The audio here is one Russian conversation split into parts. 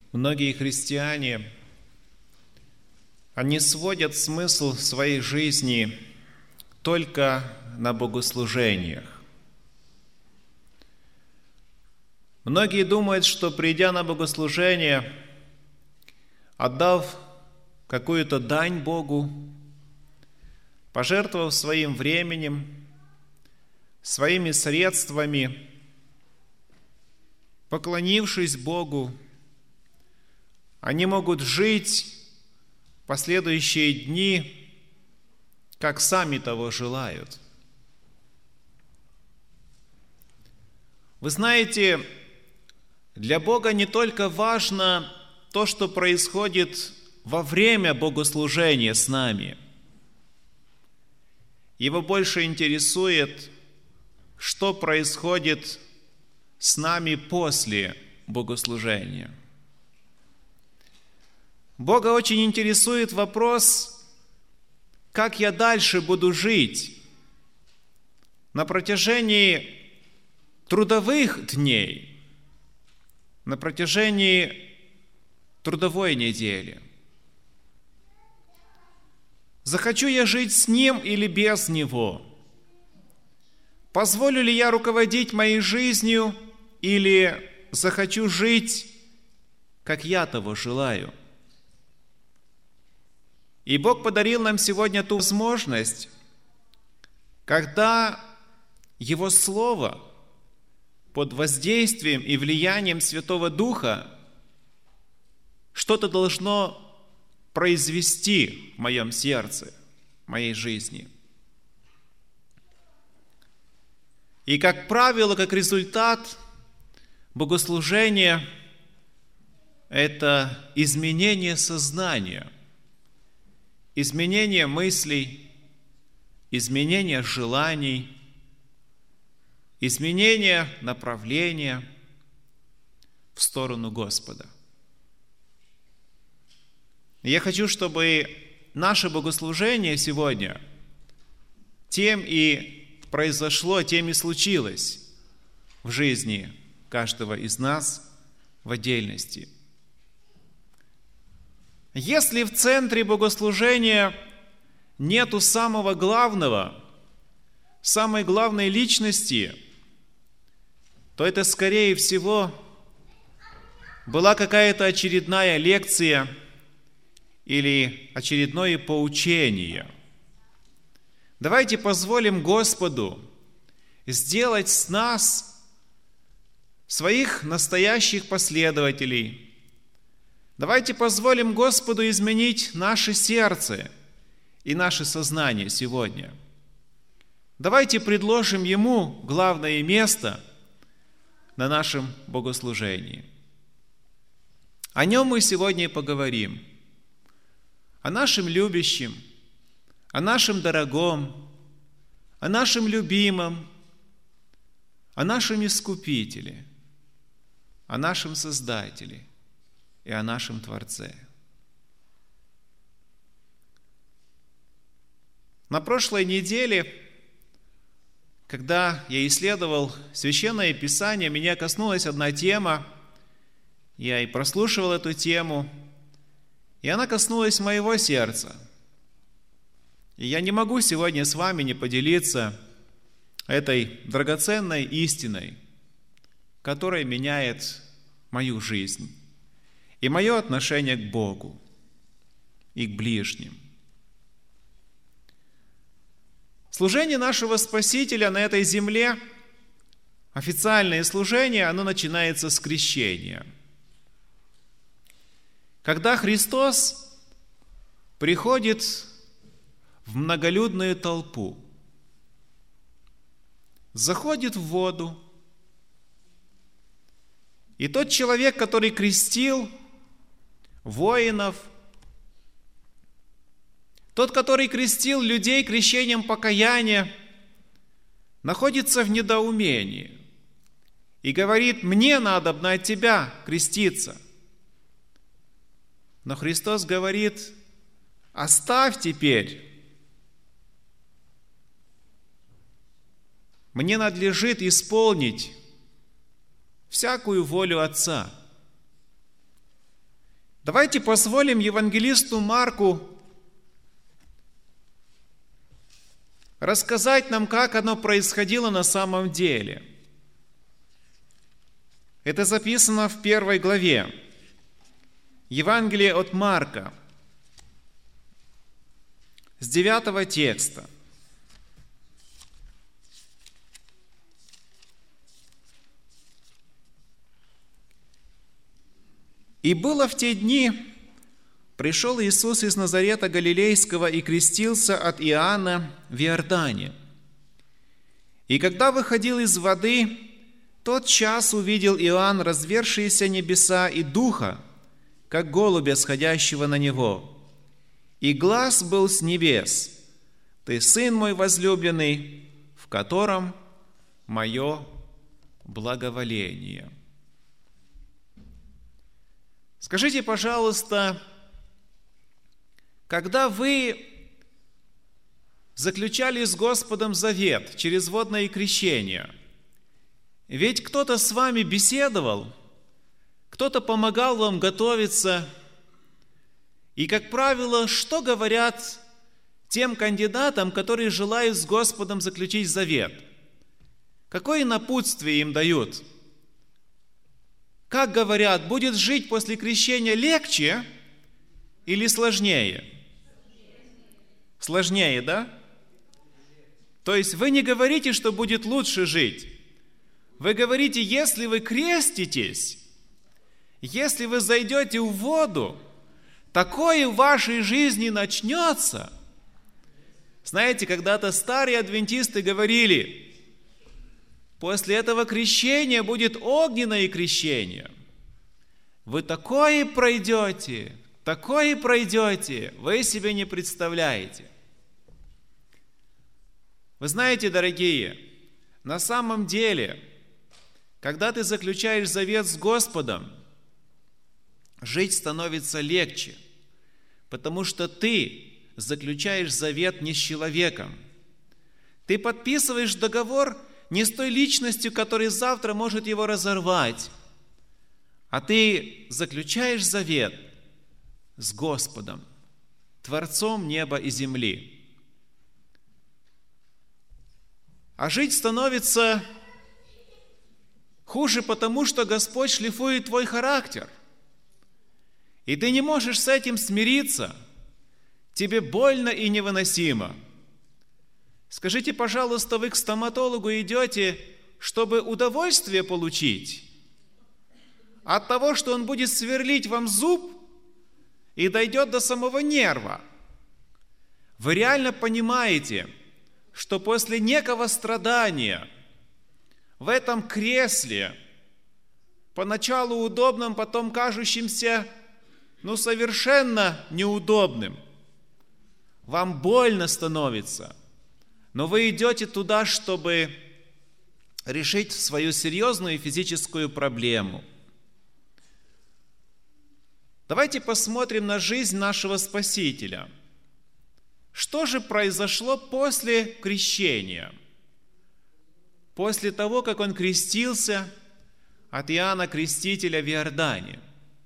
Многие христиане, они сводят смысл своей жизни только на богослужениях. Многие думают, что придя на богослужение, отдав какую-то дань Богу, пожертвовав своим временем, своими средствами, поклонившись Богу, они могут жить последующие дни, как сами того желают. Вы знаете, для Бога не только важно то, что происходит во время богослужения с нами. Его больше интересует, что происходит с нами после богослужения. Бога очень интересует вопрос, как я дальше буду жить на протяжении трудовых дней, на протяжении трудовой недели. Захочу я жить с Ним или без Него? Позволю ли я руководить моей жизнью или захочу жить, как я того желаю? И Бог подарил нам сегодня ту возможность, когда Его Слово под воздействием и влиянием Святого Духа что-то должно произвести в моем сердце, в моей жизни. И как правило, как результат, богослужение – это изменение сознания, изменение мыслей, изменение желаний, изменение направления в сторону Господа. Я хочу, чтобы наше богослужение сегодня тем и произошло, тем и случилось в жизни каждого из нас в отдельности. Если в центре богослужения нету самого главного, самой главной личности, то это, скорее всего, была какая-то очередная лекция или очередное поучение. Давайте позволим Господу сделать с нас своих настоящих последователей. Давайте позволим Господу изменить наше сердце и наше сознание сегодня. Давайте предложим Ему главное место на нашем богослужении. О Нем мы сегодня и поговорим. О нашем любящем, о нашем дорогом, о нашем любимом, о нашем Искупителе, о нашем Создателе и о нашем Творце. На прошлой неделе, когда я исследовал Священное Писание, меня коснулась одна тема, я и прослушивал эту тему, и она коснулась моего сердца. И я не могу сегодня с вами не поделиться этой драгоценной истиной, которая меняет мою жизнь и мое отношение к Богу и к ближним. Служение нашего Спасителя на этой земле, официальное служение, оно начинается с крещения. Когда Христос приходит в многолюдную толпу, заходит в воду, и тот человек, который крестил воинов, тот, который крестил людей крещением покаяния, находится в недоумении и говорит: «Мне надобно от тебя креститься». Но Христос говорит: «Оставь теперь. Мне надлежит исполнить всякую волю Отца». Давайте позволим евангелисту Марку рассказать нам, как оно происходило на самом деле. Это записано в 1 главе Евангелия от Марка, с 9 текста. «И было в те дни, пришел Иисус из Назарета Галилейского и крестился от Иоанна в Иордане. И когда выходил из воды, тот час увидел Иоанн развершиеся небеса и Духа, как голубя, сходящего на него. И глас был с небес: Ты Сын мой возлюбленный, в котором мое благоволение». Скажите, пожалуйста, когда вы заключали с Господом завет через водное крещение, ведь кто-то с вами беседовал, кто-то помогал вам готовиться, и, как правило, что говорят тем кандидатам, которые желают с Господом заключить завет? Какое напутствие им дают? Как говорят, будет жить после крещения легче или сложнее? Сложнее, да? То есть вы не говорите, что будет лучше жить. Вы говорите, если вы креститесь, если вы зайдете в воду, такое в вашей жизни начнется. Знаете, когда-то старые адвентисты говорили, после этого крещения будет огненное крещение. Вы такое пройдете, вы себе не представляете. Вы знаете, дорогие, на самом деле, когда ты заключаешь завет с Господом, жить становится легче, потому что ты заключаешь завет не с человеком. Ты подписываешь договор не с той личностью, которая завтра может его разорвать, а ты заключаешь завет с Господом, Творцом неба и земли. А жить становится хуже, потому что Господь шлифует твой характер. И ты не можешь с этим смириться. Тебе больно и невыносимо. Скажите, пожалуйста, вы к стоматологу идете, чтобы удовольствие получить от того, что он будет сверлить вам зуб и дойдет до самого нерва? Вы реально понимаете, что после некого страдания в этом кресле, поначалу удобном, потом кажущимся, совершенно неудобным, вам больно становится, но вы идете туда, чтобы решить свою серьезную физическую проблему. Давайте посмотрим на жизнь нашего Спасителя. Что же произошло после крещения? После того, как Он крестился от Иоанна Крестителя в Иордане.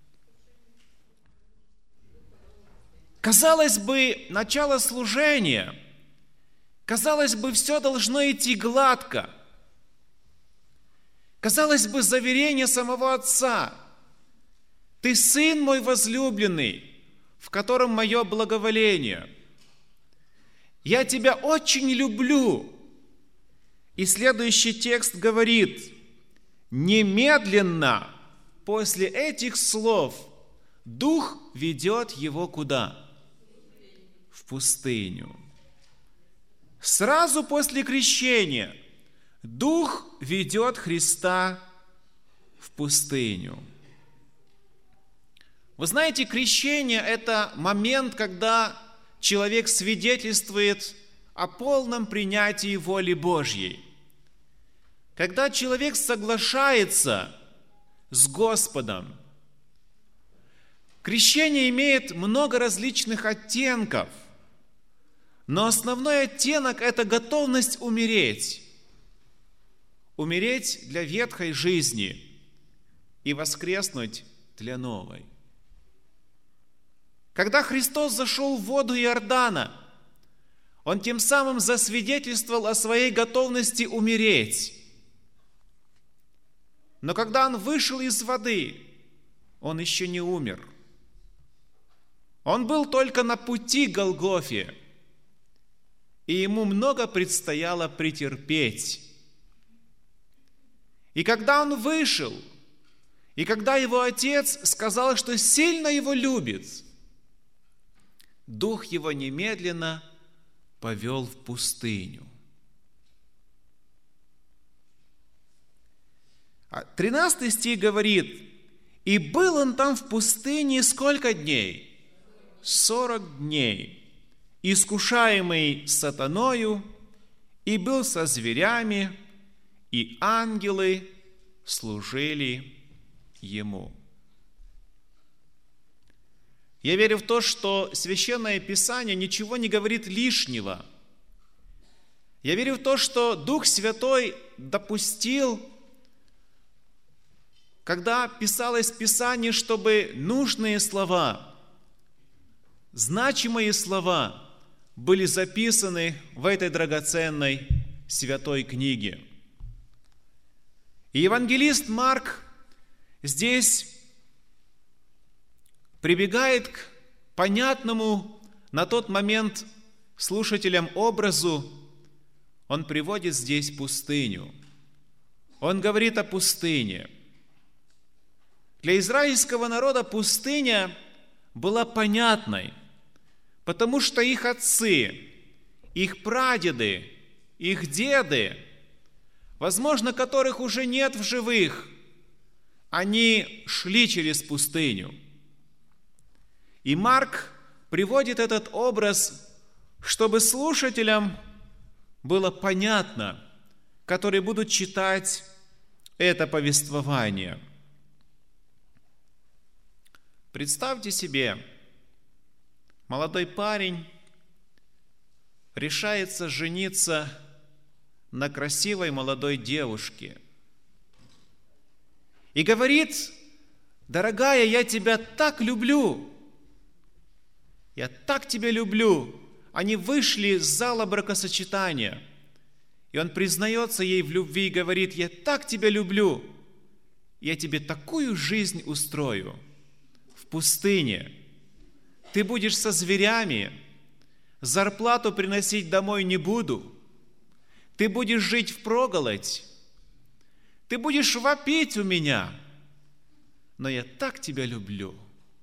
Казалось бы, начало служения, казалось бы, все должно идти гладко. Казалось бы, заверение самого Отца: «Ты Сын мой возлюбленный, в котором мое благоволение. Я тебя очень люблю». И следующий текст говорит: немедленно после этих слов Дух ведет его куда? В пустыню. Сразу после крещения Дух ведет Христа в пустыню. Вы знаете, крещение – это момент, когда человек свидетельствует о полном принятии воли Божьей. Когда человек соглашается с Господом. Крещение имеет много различных оттенков, но основной оттенок – это готовность умереть. Умереть для ветхой жизни и воскреснуть для новой. Когда Христос зашел в воду Иордана, Он тем самым засвидетельствовал о своей готовности умереть. Но когда Он вышел из воды, Он еще не умер. Он был только на пути к Голгофе, и Ему много предстояло претерпеть. И когда Он вышел, и когда Его Отец сказал, что сильно Его любит, Дух Его немедленно повел в пустыню. 13 стих говорит: «И был Он там в пустыне сколько дней? 40 дней, искушаемый сатаною, и был со зверями, и ангелы служили Ему». Я верю в то, что Священное Писание ничего не говорит лишнего. Я верю в то, что Дух Святой допустил, когда писалось Писание, чтобы нужные слова, значимые слова были записаны в этой драгоценной святой книге. И евангелист Марк здесь прибегает к понятному на тот момент слушателям образу. Он приводит здесь пустыню. Он говорит о пустыне. Для израильского народа пустыня была понятной, потому что их отцы, их прадеды, их деды, возможно, которых уже нет в живых, они шли через пустыню. И Марк приводит этот образ, чтобы слушателям было понятно, которые будут читать это повествование. Представьте себе, молодой парень решается жениться на красивой молодой девушке и говорит: «Дорогая, я тебя так люблю, я так тебя люблю». Они вышли из зала бракосочетания, и он признается ей в любви и говорит: «Я так тебя люблю, я тебе такую жизнь устрою в пустыне. Ты будешь со зверями, зарплату приносить домой не буду, ты будешь жить впроголодь, ты будешь вопить у меня, но я так тебя люблю».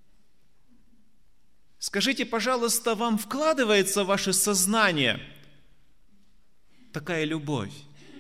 Скажите, пожалуйста, вам вкладывается в ваше сознание такая любовь?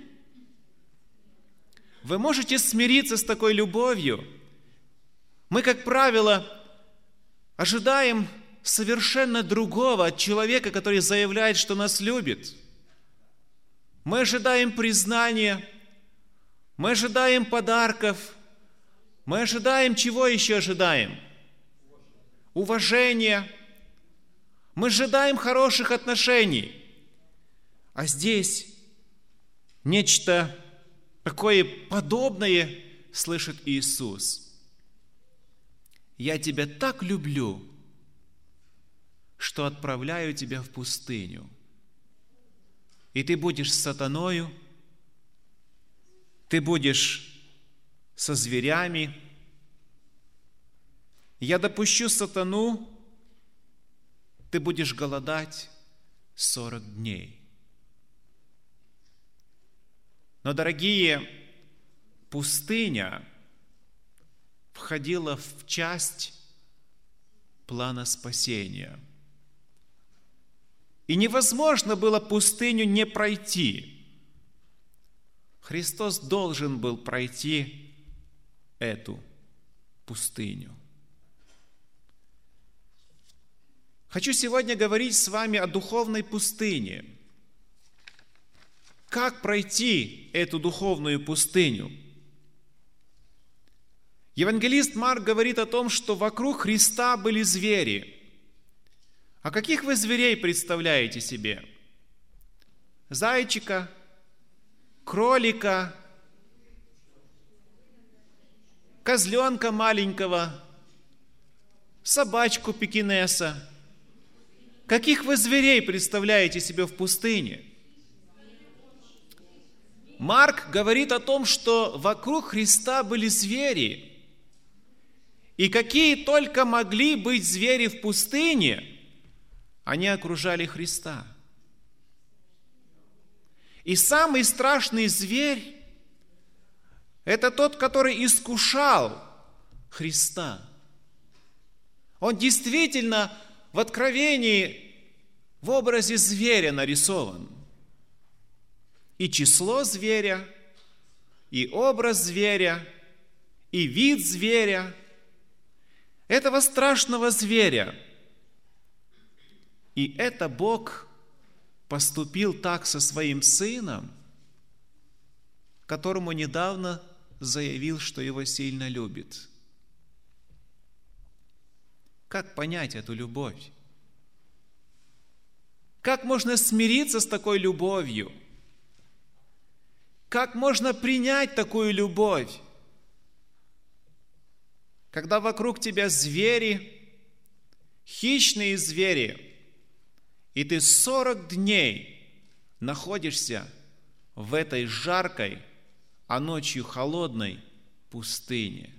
Вы можете смириться с такой любовью? Мы, как правило, ожидаем совершенно другого от человека, который заявляет, что нас любит. Мы ожидаем признания, мы ожидаем подарков, мы ожидаем, чего еще ожидаем? Уважения. Мы ожидаем хороших отношений. А здесь нечто такое подобное слышит Иисус. «Я тебя так люблю, что отправляю тебя в пустыню. И ты будешь с сатаною, ты будешь со зверями. Я допущу сатану, ты будешь голодать 40 дней». Но, дорогие, пустыня входила в часть плана спасения. И невозможно было пустыню не пройти. Христос должен был пройти эту пустыню. Хочу сегодня говорить с вами о духовной пустыне. Как пройти эту духовную пустыню? Евангелист Марк говорит о том, что вокруг Христа были звери. А каких вы зверей представляете себе? Зайчика, кролика, козленка маленького, собачку пекинеса. Каких вы зверей представляете себе в пустыне? Марк говорит о том, что вокруг Христа были звери. И какие только могли быть звери в пустыне, они окружали Христа. И самый страшный зверь – это тот, который искушал Христа. Он действительно в Откровении в образе зверя нарисован. И число зверя, и образ зверя, и вид зверя, этого страшного зверя. И это Бог поступил так со своим Сыном, которому недавно заявил, что его сильно любит. Как понять эту любовь? Как можно смириться с такой любовью? Как можно принять такую любовь? Когда вокруг тебя звери, хищные звери, и ты 40 дней находишься в этой жаркой, а ночью холодной пустыне.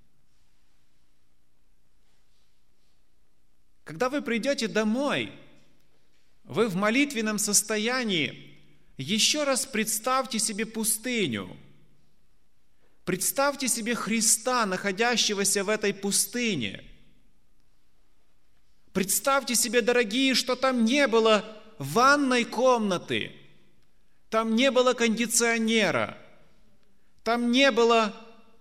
Когда вы придете домой, вы в молитвенном состоянии еще раз представьте себе пустыню. Представьте себе Христа, находящегося в этой пустыне. Представьте себе, дорогие, что там не было ванной комнаты, там не было кондиционера, там не было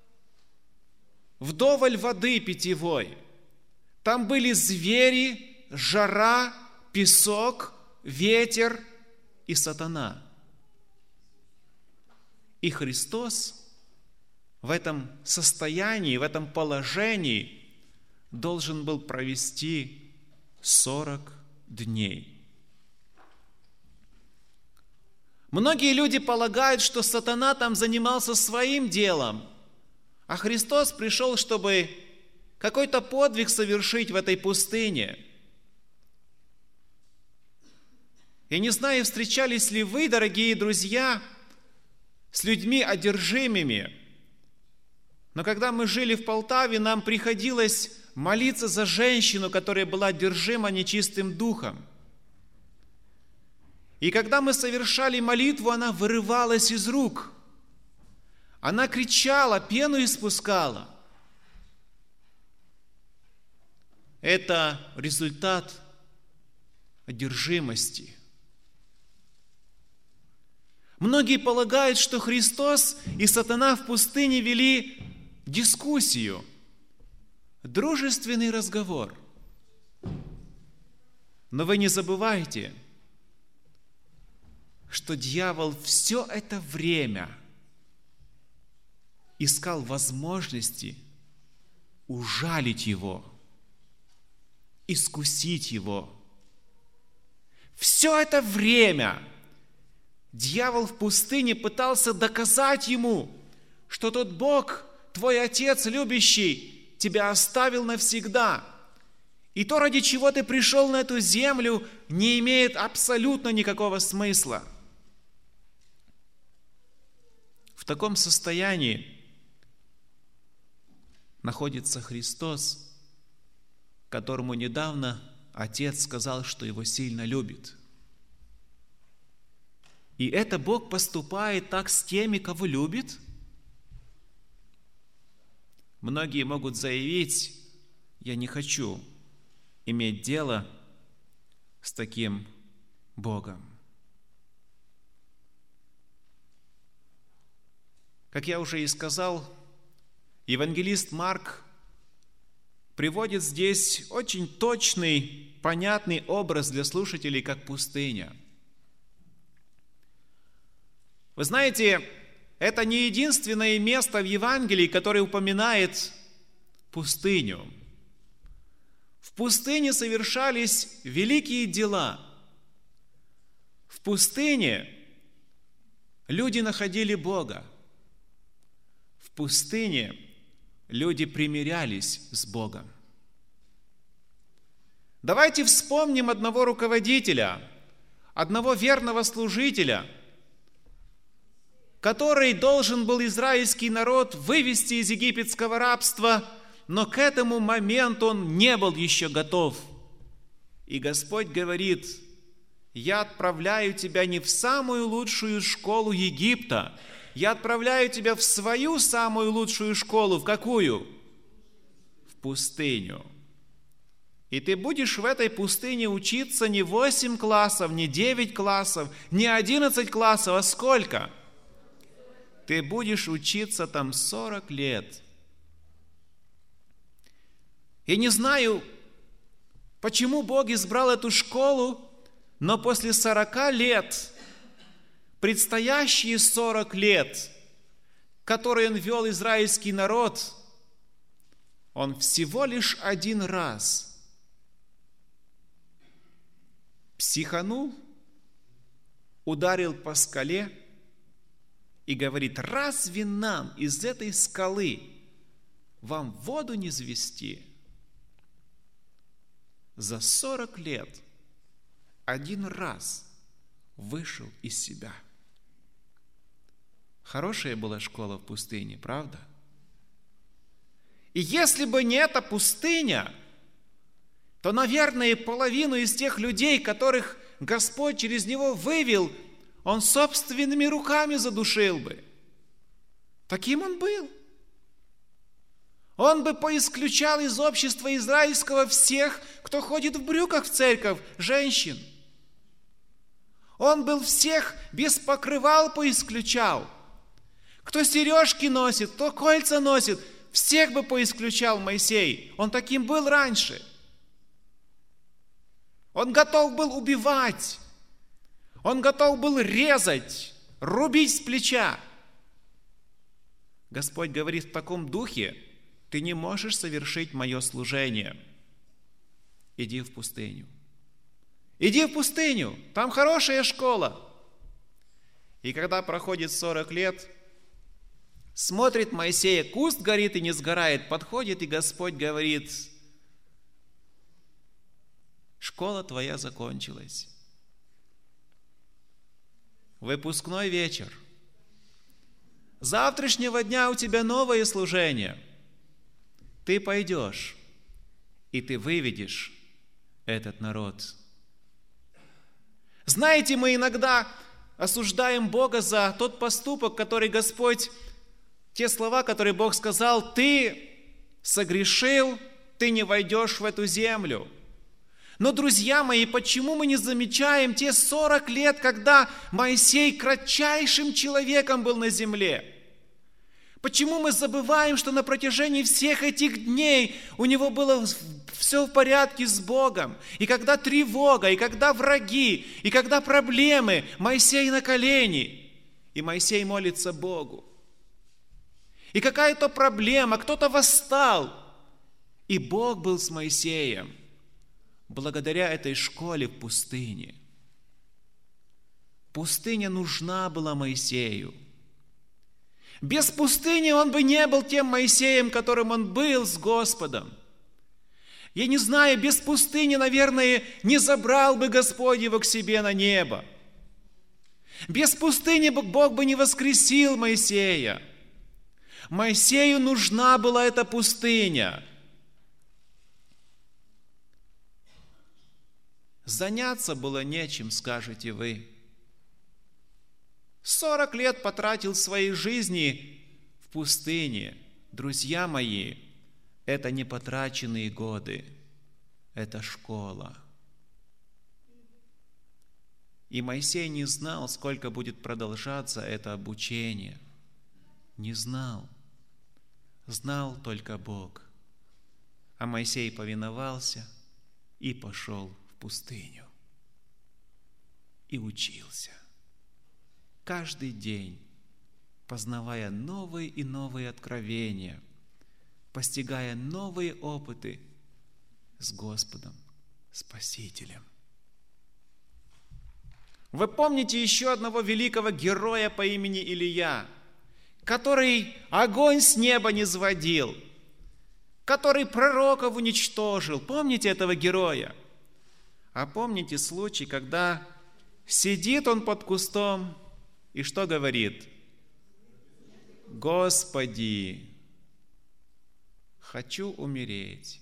вдоволь воды питьевой. Там были звери, жара, песок, ветер и сатана. И Христос в этом состоянии, в этом положении должен был провести 40 дней. Многие люди полагают, что сатана там занимался своим делом, а Христос пришел, чтобы какой-то подвиг совершить в этой пустыне. Я не знаю, встречались ли вы, дорогие друзья, с людьми одержимыми, но когда мы жили в Полтаве, нам приходилось молиться за женщину, которая была одержима нечистым духом. И когда мы совершали молитву, она вырывалась из рук. Она кричала, пену испускала. Это результат одержимости. Многие полагают, что Христос и сатана в пустыне вели дискуссию, дружественный разговор. Но вы не забывайте, что дьявол все это время искал возможности ужалить его, искусить его. Все это время дьявол в пустыне пытался доказать ему, что тот Бог, твой Отец любящий, тебя оставил навсегда. И то, ради чего ты пришел на эту землю, не имеет абсолютно никакого смысла. В таком состоянии находится Христос, которому недавно Отец сказал, что его сильно любит. И это Бог поступает так с теми, кого любит? Многие могут заявить: я не хочу иметь дело с таким Богом. Как я уже и сказал, евангелист Марк приводит здесь очень точный, понятный образ для слушателей, как пустыня. Вы знаете, это не единственное место в Евангелии, которое упоминает пустыню. В пустыне совершались великие дела. В пустыне люди находили Бога. В пустыне люди примирялись с Богом. Давайте вспомним одного руководителя, одного верного служителя, который должен был израильский народ вывести из египетского рабства, но к этому моменту он не был еще готов. И Господь говорит: я отправляю тебя не в самую лучшую школу Египта, я отправляю тебя в свою самую лучшую школу. В какую? В пустыню. И ты будешь в этой пустыне учиться не 8 классов, не 9 классов, не 11 классов, а сколько? Ты будешь учиться там 40 лет. Я не знаю, почему Бог избрал эту школу, но после 40 лет, предстоящие 40 лет, которые Он вел израильский народ, Он всего лишь один раз психанул, ударил по скале и говорит: разве нам из этой скалы вам воду не звести? За 40 лет один раз вышел из себя. Хорошая была школа в пустыне, правда? И если бы не эта пустыня, то, наверное, половину из тех людей, которых Господь через него вывел, Он собственными руками задушил бы. Таким он был. Он бы поисключал из общества израильского всех, кто ходит в брюках в церковь, женщин. Он был всех без покрывал поисключал. Кто сережки носит, кто кольца носит, всех бы поисключал Моисей. Он таким был раньше. Он готов был убивать. Он готов был резать, рубить с плеча. Господь говорит: в таком духе ты не можешь совершить мое служение. Иди в пустыню. Иди в пустыню, там хорошая школа. И когда проходит 40 лет, смотрит Моисей, куст горит и не сгорает, подходит, и Господь говорит: школа твоя закончилась. Выпускной вечер. С завтрашнего дня у тебя новое служение. Ты пойдешь, и ты выведешь этот народ. Знаете, мы иногда осуждаем Бога за тот поступок, который Господь, те слова, которые Бог сказал: ты согрешил, ты не войдешь в эту землю. Но, друзья мои, почему мы не замечаем те 40 лет, когда Моисей кратчайшим человеком был на земле? Почему мы забываем, что на протяжении всех этих дней у него было все в порядке с Богом? И когда тревога, и когда враги, и когда проблемы, Моисей на колени, и Моисей молится Богу. И какая-то проблема, кто-то восстал, и Бог был с Моисеем. Благодаря этой школе в пустыне. Пустыня нужна была Моисею. Без пустыни он бы не был тем Моисеем, которым он был с Господом. Я не знаю, без пустыни, наверное, не забрал бы Господь его к себе на небо. Без пустыни Бог бы не воскресил Моисея. Моисею нужна была эта пустыня. Заняться было нечем, скажете вы. 40 лет потратил своей жизни в пустыне. Друзья мои, это не потраченные годы, это школа. И Моисей не знал, сколько будет продолжаться это обучение. Не знал. Знал только Бог. А Моисей повиновался и пошел в пустыню. И учился. Каждый день, познавая новые и новые откровения, постигая новые опыты с Господом, Спасителем. Вы помните еще одного великого героя по имени Илия, который огонь с неба не сводил, который пророков уничтожил. Помните этого героя? А помните случай, когда сидит он под кустом и что говорит? Господи, хочу умереть.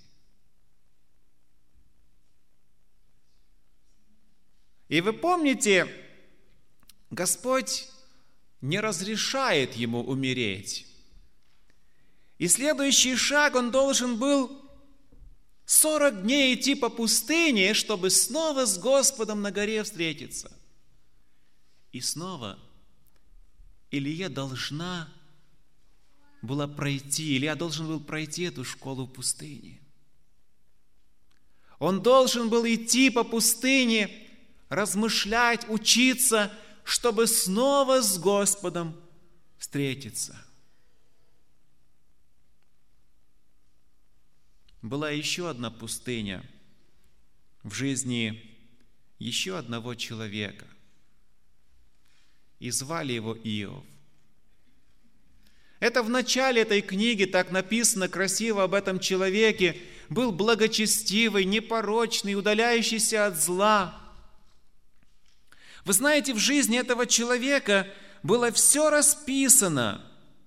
И вы помните, Господь не разрешает ему умереть. И следующий шаг он должен был 40 дней идти по пустыне, чтобы снова с Господом на горе встретиться. И снова Илья должен был пройти эту школу в пустыне. Он должен был идти по пустыне, размышлять, учиться, чтобы снова с Господом встретиться. Была еще одна пустыня в жизни еще одного человека. И звали его Иов. Это в начале этой книги так написано красиво об этом человеке. Был благочестивый, непорочный, удаляющийся от зла. Вы знаете, в жизни этого человека было все расписано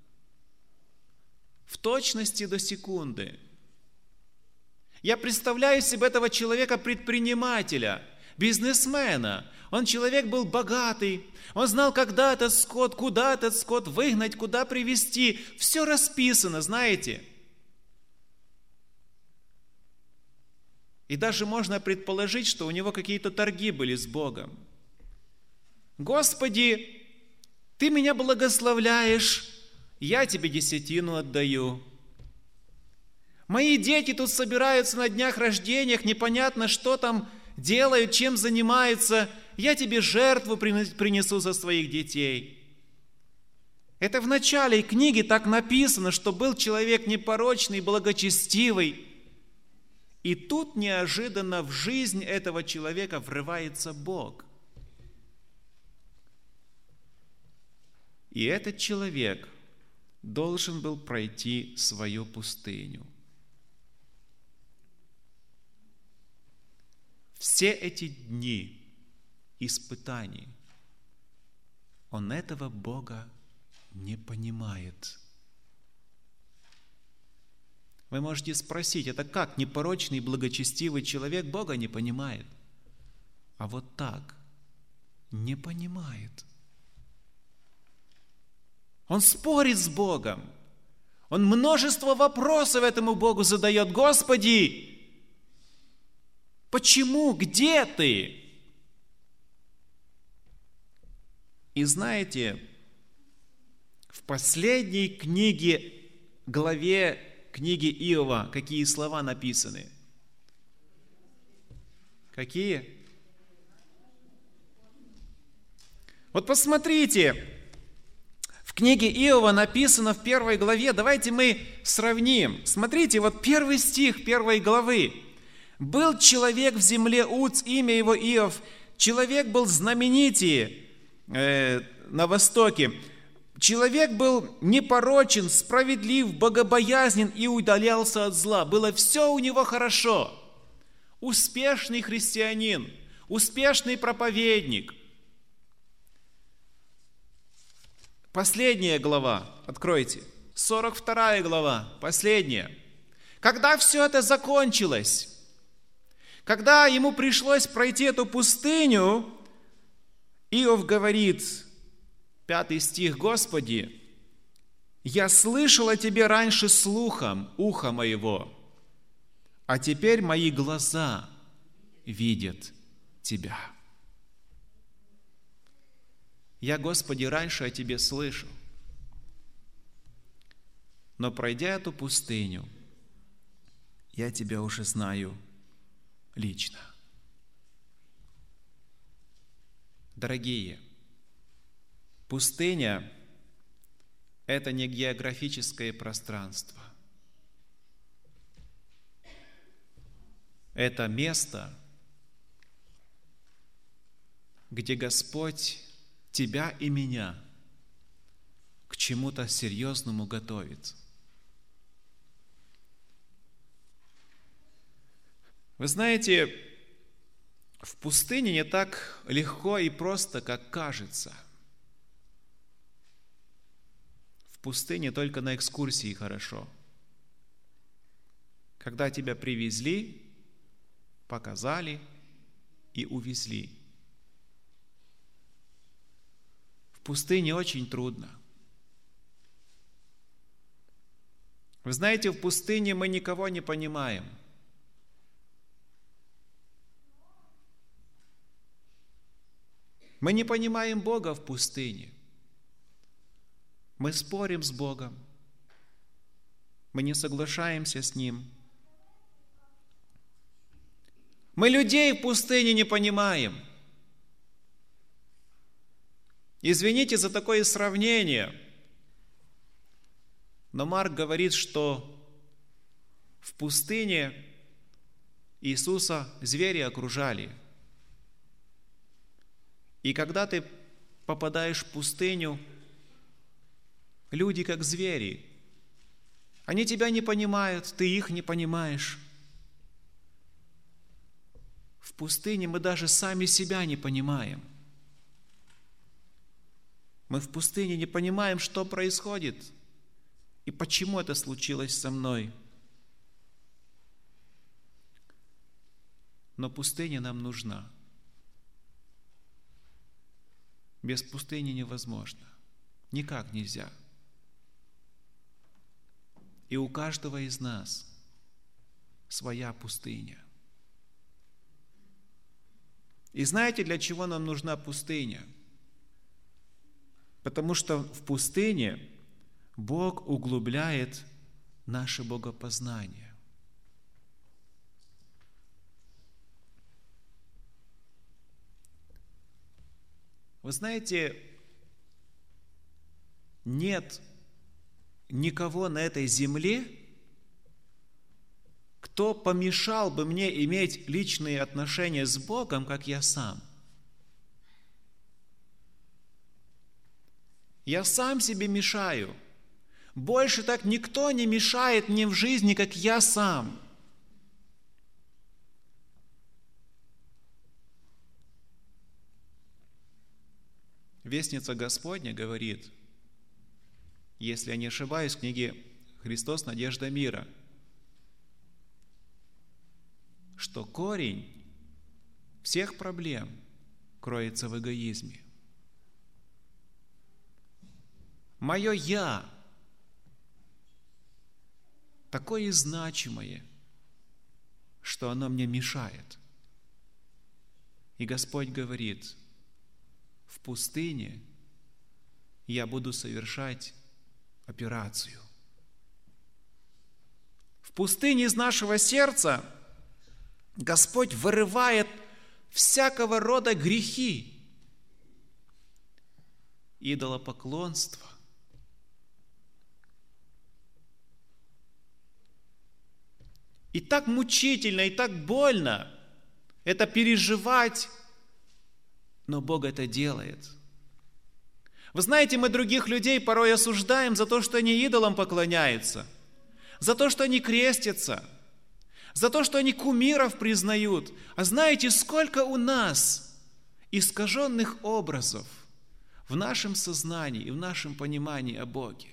в точности до секунды. Я представляю себе этого человека предпринимателя, бизнесмена. Он человек был богатый. Он знал, когда этот скот, куда этот скот выгнать, куда привезти. Все расписано, знаете. И даже можно предположить, что у него какие-то торги были с Богом. Господи, Ты меня благословляешь, я Тебе десятину отдаю. Мои дети тут собираются на днях рождения, непонятно, что там делают, чем занимаются. Я Тебе жертву принесу за своих детей. Это в начале книги так написано, что был человек непорочный, благочестивый. И тут неожиданно в жизнь этого человека врывается Бог. И этот человек должен был пройти свою пустыню. Все эти дни испытаний он этого Бога не понимает. Вы можете спросить, это как непорочный, благочестивый человек Бога не понимает? А вот так, не понимает. Он спорит с Богом. Он множество вопросов этому Богу задает. Господи, почему? Где Ты? И знаете, в последней главе книги Иова какие слова написаны? Какие? Вот посмотрите, в книге Иова написано в 1 главе, давайте мы сравним. Смотрите, вот 1 стих 1 главы. «Был человек в земле Уц, имя его Иов. Человек был знаменитее на востоке. Человек был непорочен, справедлив, богобоязнен и удалялся от зла». Было все у него хорошо. Успешный христианин, успешный проповедник. Последняя глава, откройте, 42 глава, последняя. Когда все это закончилось, когда ему пришлось пройти эту пустыню, Иов говорит, 5 стих, «Господи, я слышал о Тебе раньше слухом уха моего, а теперь мои глаза видят Тебя». Я, Господи, раньше о Тебе слышал, но пройдя эту пустыню, я Тебя уже знаю лично. Дорогие, пустыня – это не географическое пространство. Это место, где Господь тебя и меня к чему-то серьезному готовит. Вы знаете, В пустыне не так легко и просто, как кажется. В пустыне только на экскурсии хорошо. Когда тебя привезли, показали и увезли. В пустыне очень трудно. Вы знаете, в пустыне мы никого не понимаем. Мы не понимаем Бога в пустыне. Мы спорим с Богом. Мы не соглашаемся с Ним. Мы людей в пустыне не понимаем. Извините за такое сравнение, но Марк говорит, что в пустыне Иисуса звери окружали. И когда ты попадаешь в пустыню, люди как звери. Они тебя не понимают, ты их не понимаешь. В пустыне мы даже сами себя не понимаем. Мы в пустыне не понимаем, что происходит и почему это случилось со мной. Но пустыня нам нужна. Без пустыни невозможно. Никак нельзя. И у каждого из нас своя пустыня. И знаете, для чего нам нужна пустыня? Потому что в пустыне Бог углубляет наше богопознание. Вы знаете, нет никого на этой земле, кто помешал бы мне иметь личные отношения с Богом, как я сам. Я сам себе мешаю. Больше так никто не мешает мне в жизни, как я сам. Вестница Господня говорит, если я не ошибаюсь, в книге «Христос. Надежда мира», что корень всех проблем кроется в эгоизме. Мое «я» такое значимое, что оно мне мешает. И Господь говорит, в пустыне я буду совершать операцию. В пустыне из нашего сердца Господь вырывает всякого рода грехи, идолопоклонство. И так мучительно, и так больно это переживать, но Бог это делает. Вы знаете, мы других людей порой осуждаем за то, что они идолам поклоняются, за то, что они крестятся, за то, что они кумиров признают. А знаете, сколько у нас искаженных образов в нашем сознании и в нашем понимании о Боге.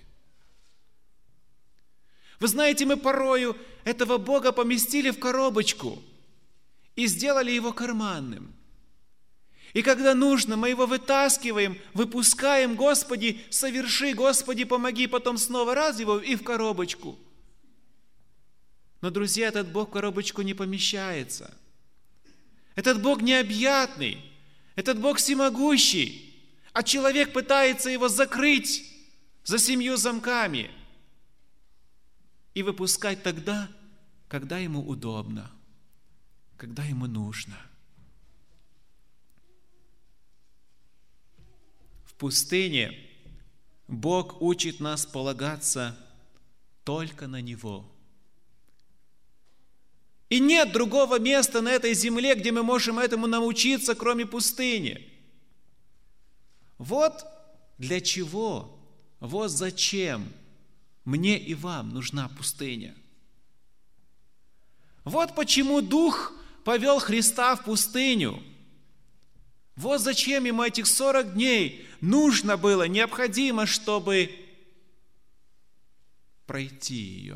Вы знаете, мы порою этого Бога поместили в коробочку и сделали его карманным. И когда нужно, мы его вытаскиваем, выпускаем, Господи, соверши, Господи, помоги, потом снова раз его и в коробочку. Но, друзья, этот Бог в коробочку не помещается. Этот Бог необъятный, этот Бог всемогущий, а человек пытается его закрыть за 7 замками и выпускать тогда, когда ему удобно, когда ему нужно. В пустыне Бог учит нас полагаться только на Него. И нет другого места на этой земле, где мы можем этому научиться, кроме пустыни. Вот для чего, вот зачем мне и вам нужна пустыня. Вот почему Дух повел Христа в пустыню. Вот зачем ему этих 40 дней нужно было, необходимо, чтобы пройти ее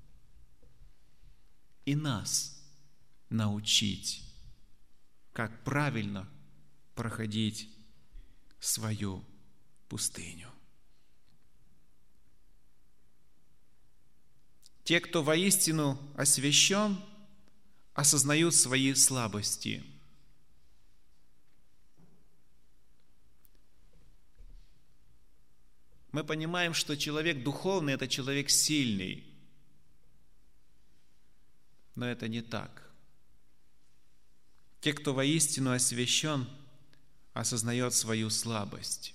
и нас научить, как правильно проходить свою пустыню. Те, кто воистину освящен, осознают свои слабости. Мы понимаем, что человек духовный – это человек сильный. Но это не так. Те, кто воистину освящен, осознает свою слабость.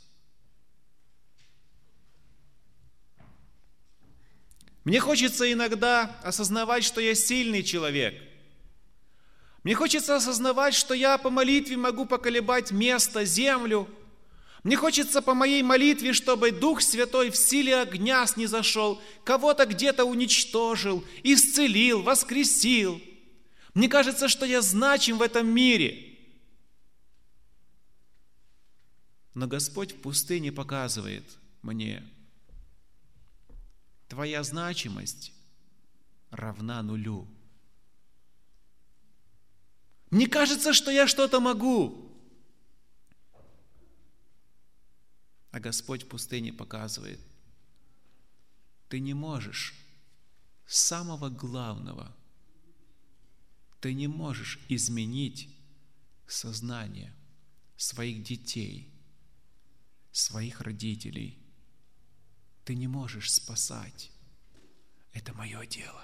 Мне хочется иногда осознавать, что я сильный человек. Мне хочется осознавать, что я по молитве могу поколебать место, землю. Мне хочется по моей молитве, чтобы Дух Святой в силе огня снизошел, кого-то где-то уничтожил, исцелил, воскресил. Мне кажется, что я значим в этом мире. Но Господь в пустыне показывает мне: твоя значимость равна нулю. Мне кажется, что я что-то могу. А Господь в пустыне показывает: ты не можешь самого главного, ты не можешь изменить сознание своих детей, своих родителей. Ты не можешь спасать. Это мое дело.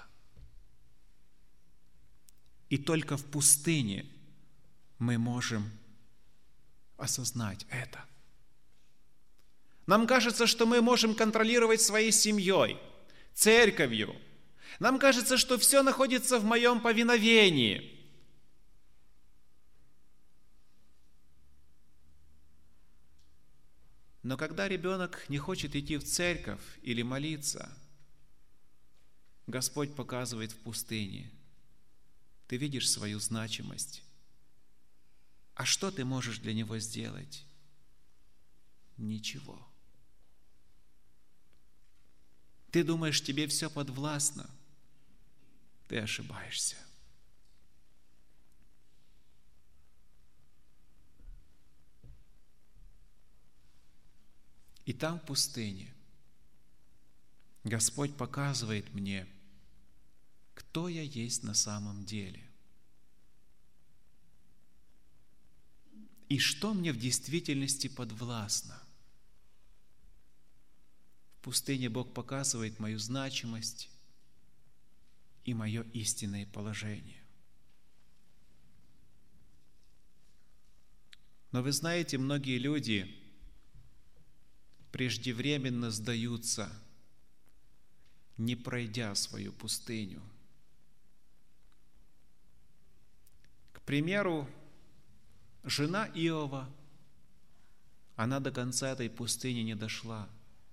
И только в пустыне мы можем осознать это. Нам кажется, что мы можем контролировать своей семьей, церковью. Нам кажется, что все находится в моем повиновении. Но когда ребенок не хочет идти в церковь или молиться, Господь показывает в пустыне: ты видишь свою значимость. А что ты можешь для него сделать? Ничего. Ты думаешь, тебе все подвластно? Ты ошибаешься. И там, в пустыне, Господь показывает мне, кто я есть на самом деле. И что мне в действительности подвластно. В пустыне Бог показывает мою значимость и мое истинное положение. Но вы знаете, многие люди преждевременно сдаются, не пройдя свою пустыню. К примеру, жена Иова, она до конца этой пустыни не дошла.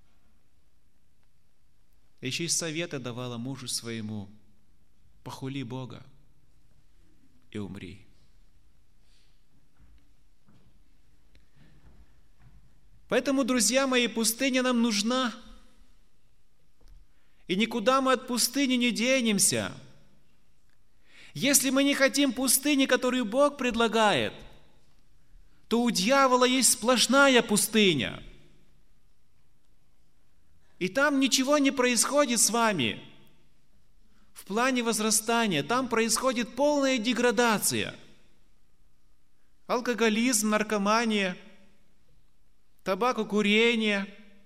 Еще и советы давала мужу своему: похули Бога и умри. Поэтому, друзья мои, пустыня нам нужна. И никуда мы от пустыни не денемся. Если мы не хотим пустыни, которую Бог предлагает, то у дьявола есть сплошная пустыня. И там ничего не происходит с вами. В плане возрастания там происходит полная деградация. Алкоголизм, наркомания, табакокурение,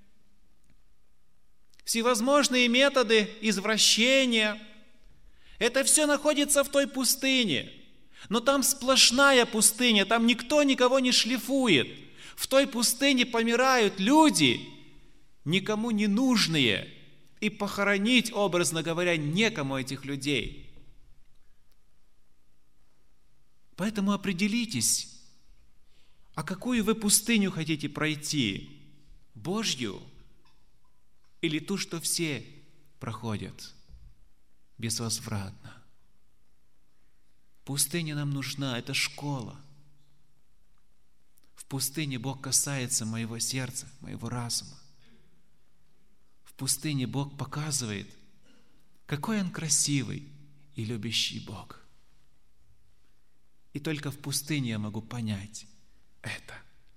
всевозможные методы извращения. Это все находится в той пустыне. Но там сплошная пустыня, там никто никого не шлифует. В той пустыне помирают люди, никому не нужные, и похоронить, образно говоря, некому этих людей. Поэтому определитесь, а какую вы пустыню хотите пройти? Божью или ту, что все проходят безвозвратно? Пустыня нам нужна, это школа. В пустыне Бог касается моего сердца, моего разума. В пустыне Бог показывает, какой Он красивый и любящий Бог. И только в пустыне я могу понять это.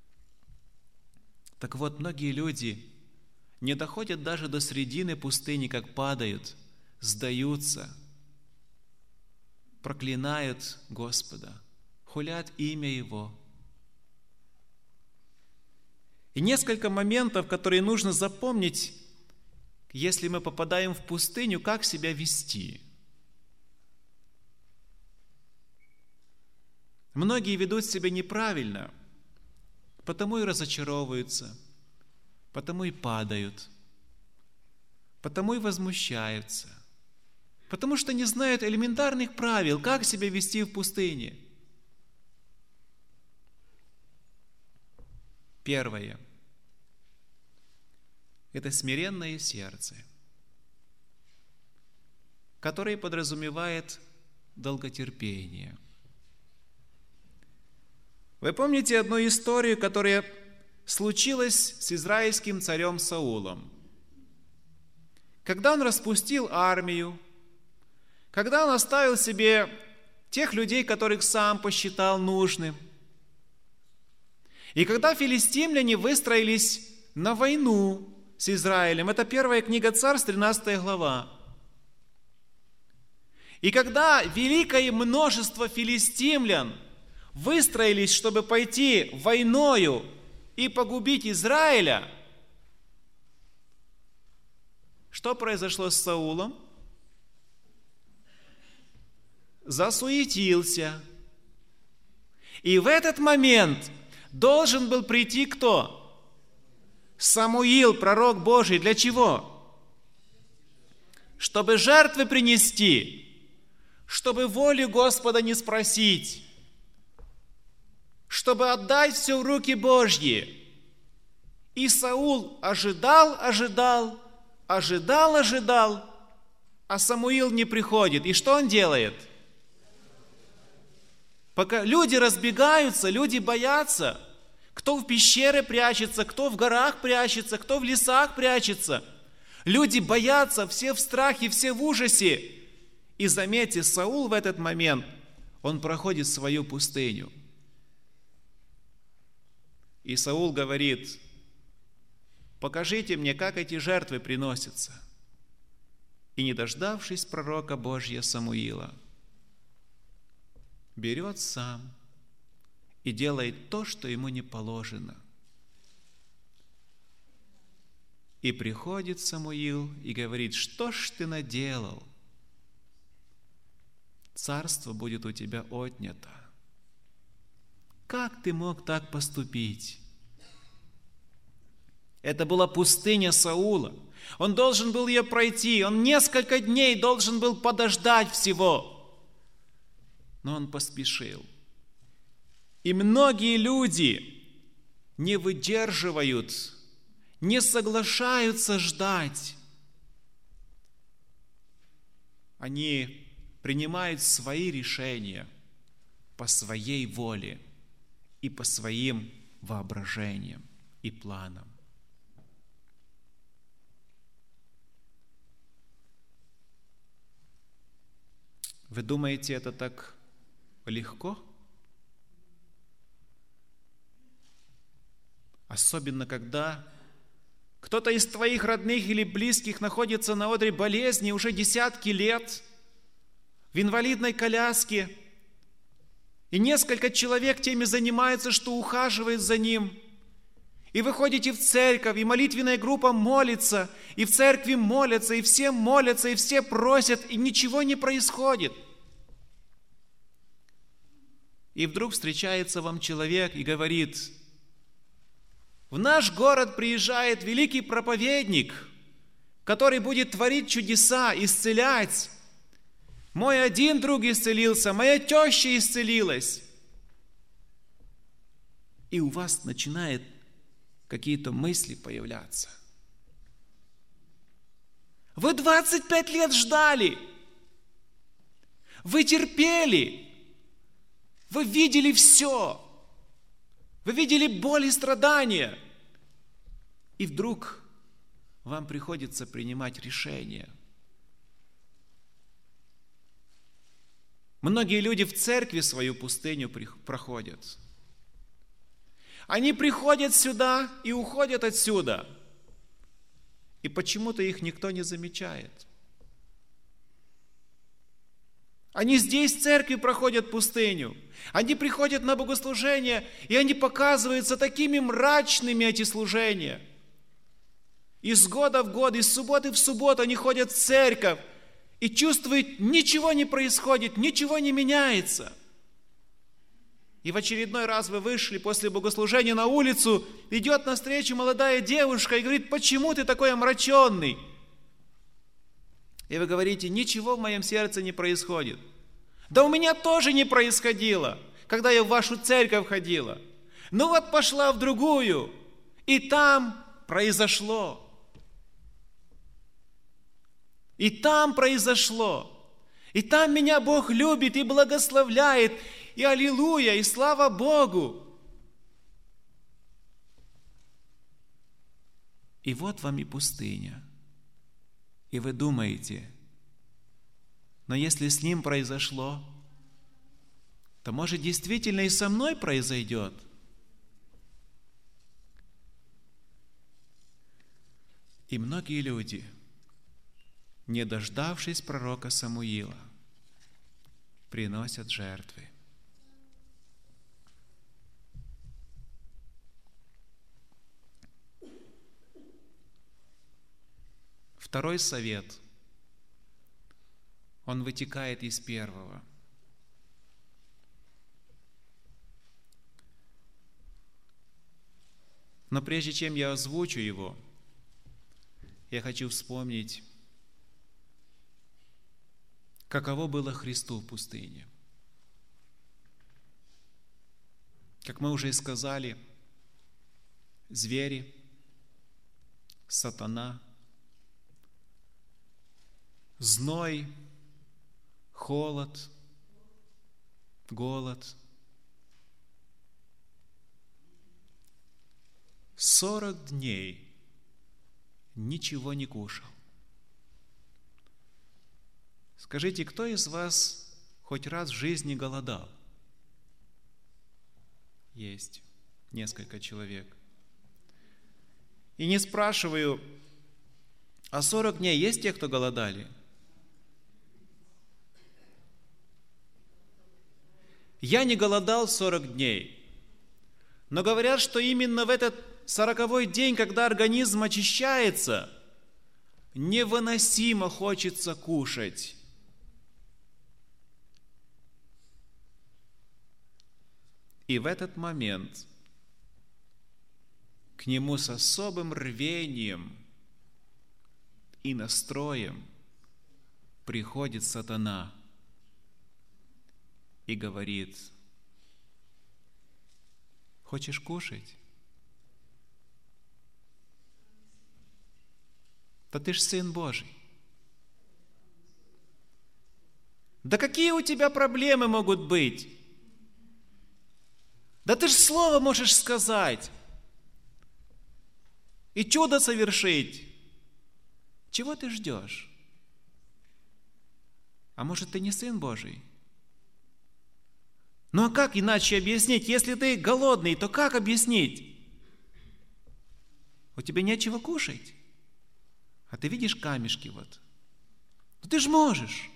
Так вот, многие люди не доходят даже до середины пустыни, как падают, сдаются, проклинают Господа, хулят имя Его. И несколько моментов, которые нужно запомнить, если мы попадаем в пустыню, как себя вести. Многие ведут себя неправильно, потому и разочаровываются, потому и падают, потому и возмущаются, потому что не знают элементарных правил, как себя вести в пустыне. Первое – это смиренное сердце, которое подразумевает долготерпение. Вы помните одну историю, которая случилась с израильским царем Саулом? Когда он распустил армию, когда он оставил себе тех людей, которых сам посчитал нужным, и когда филистимляне выстроились на войну с Израилем, это 1 книга Царств, 13 глава, и когда великое множество филистимлян выстроились, чтобы пойти войною и погубить Израиля, что произошло с Саулом? Засуетился. И в этот момент должен был прийти кто? Самуил, пророк Божий. Для чего? Чтобы жертвы принести, чтобы волю Господа не спросить, чтобы отдать все в руки Божьи. И Саул ожидал, а Самуил не приходит. И что он делает? Пока люди разбегаются, люди боятся, кто в пещере прячется, кто в горах прячется, кто в лесах прячется. Люди боятся, все в страхе, все в ужасе. И заметьте, Саул в этот момент, он проходит свою пустыню. И Саул говорит: покажите мне, как эти жертвы приносятся. И не дождавшись пророка Божьего Самуила, берет сам и делает то, что ему не положено. И приходит Самуил и говорит: что ж ты наделал? Царство будет у тебя отнято. Как ты мог так поступить? Это была пустыня Саула. Он должен был ее пройти. Он несколько дней должен был подождать всего. Но он поспешил. И многие люди не выдерживают, не соглашаются ждать. Они принимают свои решения по своей воле и по своим воображениям и планам. Вы думаете, это так легко? Особенно, когда кто-то из твоих родных или близких находится на одре болезни уже десятки лет, в инвалидной коляске, и несколько человек теми занимаются, что ухаживает за ним. И вы ходите в церковь, и молитвенная группа молится, и в церкви молятся, и все просят, и ничего не происходит. И вдруг встречается вам человек и говорит: в наш город приезжает великий проповедник, который будет творить чудеса, исцелять. Мой один друг исцелился, моя теща исцелилась. И у вас начинают какие-то мысли появляться. Вы 25 лет ждали. Вы терпели. Вы видели все. Вы видели боль и страдания. И вдруг вам приходится принимать решение. Многие люди в церкви свою пустыню проходят. Они приходят сюда и уходят отсюда. И почему-то их никто не замечает. Они здесь в церкви проходят пустыню. Они приходят на богослужение, и они показываются такими мрачными, эти служения. Из года в год, из субботы в субботу они ходят в церковь и чувствуют, ничего не происходит, ничего не меняется. И в очередной раз вы вышли после богослужения на улицу, идет навстречу молодая девушка и говорит: почему ты такой омраченный? И вы говорите: ничего в моем сердце не происходит. Да у меня тоже не происходило, когда я в вашу церковь ходила. Ну вот пошла в другую, и там произошло. И там произошло. И там меня Бог любит и благословляет. И аллилуйя, и слава Богу. И вот вам и пустыня. И вы думаете: но если с ним произошло, то, может, действительно и со мной произойдет. И многие люди, не дождавшись пророка Самуила, приносят жертвы. Второй совет, он вытекает из первого. Но прежде чем я озвучу его, я хочу вспомнить, каково было Христу в пустыне. Как мы уже и сказали, звери, сатана, зной, холод, голод. 40 дней ничего не кушал. Скажите, кто из вас хоть раз в жизни голодал? Есть несколько человек. И не спрашиваю, а 40 дней есть те, кто голодали? Я не голодал 40 дней, но говорят, что именно в этот 40-й день, когда организм очищается, невыносимо хочется кушать. И в этот момент к нему с особым рвением и настроем приходит сатана и говорит: хочешь кушать? Да ты ж Сын Божий. Да какие у тебя проблемы могут быть? Да ты ж слово можешь сказать и чудо совершить. Чего ты ждешь? А может, ты не Сын Божий? Ну а как иначе объяснить? Если ты голодный, то как объяснить? У тебя нечего кушать, а ты видишь камешки вот. Ну ты ж можешь.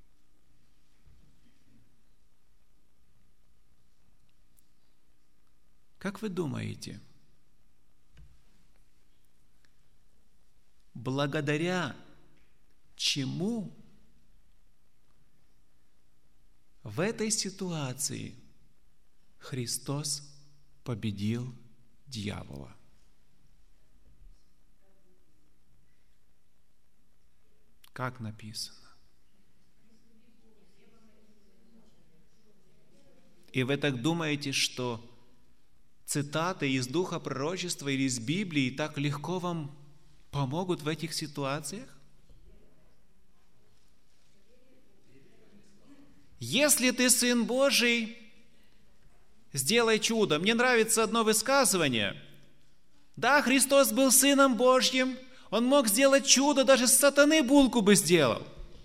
Как вы думаете, благодаря чему в этой ситуации Христос победил дьявола? Как написано? И вы так думаете, что цитаты из Духа Пророчества или из Библии так легко вам помогут в этих ситуациях? Если ты Сын Божий, сделай чудо. Мне нравится одно высказывание. Да, Христос был Сыном Божьим, Он мог сделать чудо, даже с сатаны булку бы сделал.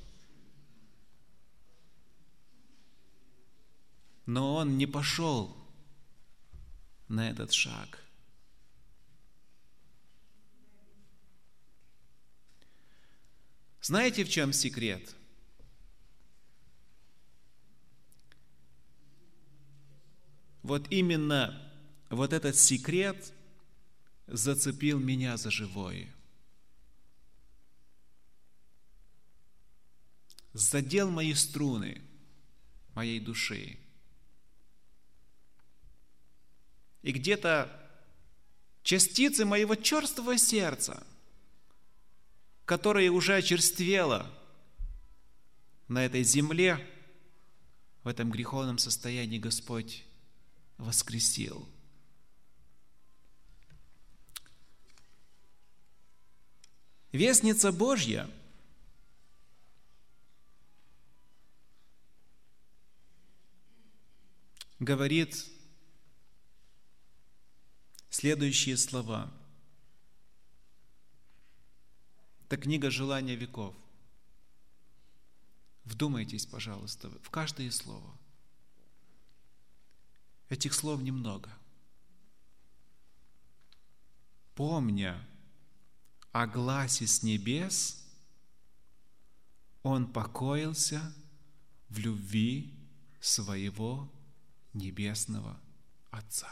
Но Он не пошел на этот шаг. Знаете, в чем секрет? Вот именно вот этот секрет зацепил меня за живое. Задел мои струны моей души. И где-то частицы моего черствого сердца, которое уже очерствело на этой земле, в этом греховном состоянии Господь воскресил. Вестница Божья говорит следующие слова. Это книга «Желания веков». Вдумайтесь, пожалуйста, в каждое слово. Этих слов немного. Помня о гласе с небес, Он покоился в любви своего небесного Отца.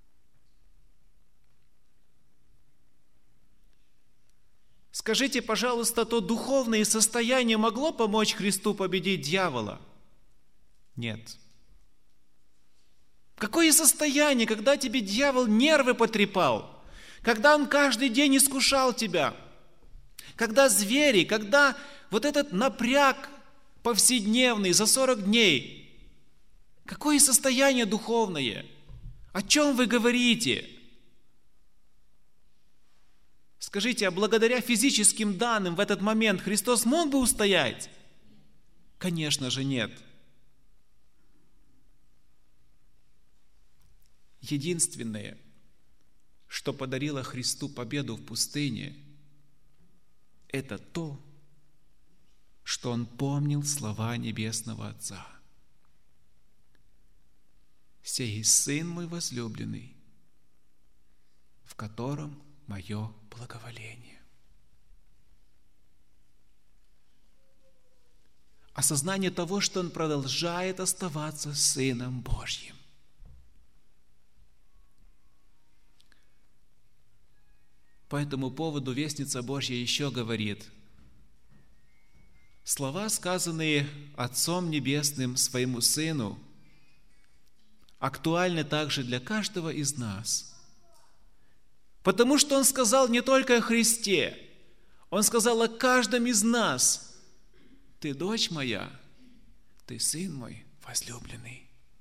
Скажите, пожалуйста, то духовное состояние могло помочь Христу победить дьявола? Нет. Какое состояние, когда тебе дьявол нервы потрепал, когда он каждый день искушал тебя, когда звери, когда вот этот напряг повседневный за 40 дней. Какое состояние духовное? О чем вы говорите? Скажите, а благодаря физическим данным в этот момент Христос мог бы устоять? Конечно же нет. Единственное, что подарило Христу победу в пустыне, это то, что Он помнил слова Небесного Отца. «Сей Сын мой возлюбленный, в котором мое благоволение». Осознание того, что Он продолжает оставаться Сыном Божьим. По этому поводу Вестница Божья еще говорит: слова, сказанные Отцом Небесным Своему Сыну, актуальны также для каждого из нас. Потому что Он сказал не только о Христе, Он сказал о каждом из нас: «Ты дочь моя, ты сын мой возлюбленный».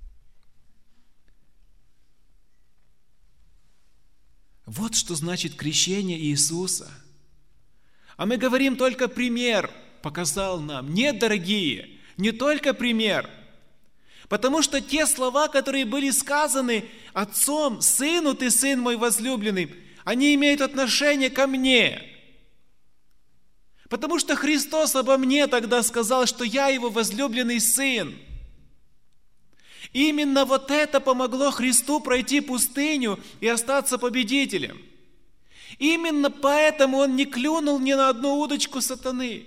Вот что значит крещение Иисуса. А мы говорим, только пример показал нам. Нет, дорогие, не только пример. Потому что те слова, которые были сказаны Отцом, Сыну, ты сын мой возлюбленный, они имеют отношение ко мне. Потому что Христос обо мне тогда сказал, что я Его возлюбленный Сын. Именно вот это помогло Христу пройти пустыню и остаться победителем. Именно поэтому Он не клюнул ни на одну удочку сатаны.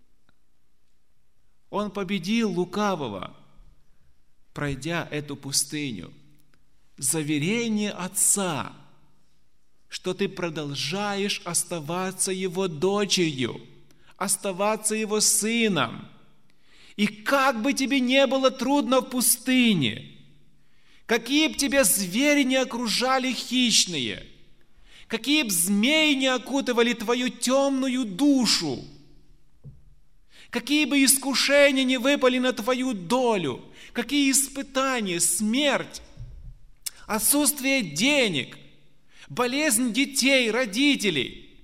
Он победил лукавого, пройдя эту пустыню. Заверение Отца, что ты продолжаешь оставаться Его дочерью, оставаться Его сыном. И как бы тебе не было трудно в пустыне, какие бы тебя звери не окружали хищные, какие бы змеи не окутывали твою темную душу, какие бы искушения не выпали на твою долю, какие испытания, смерть, отсутствие денег, болезнь детей, родителей,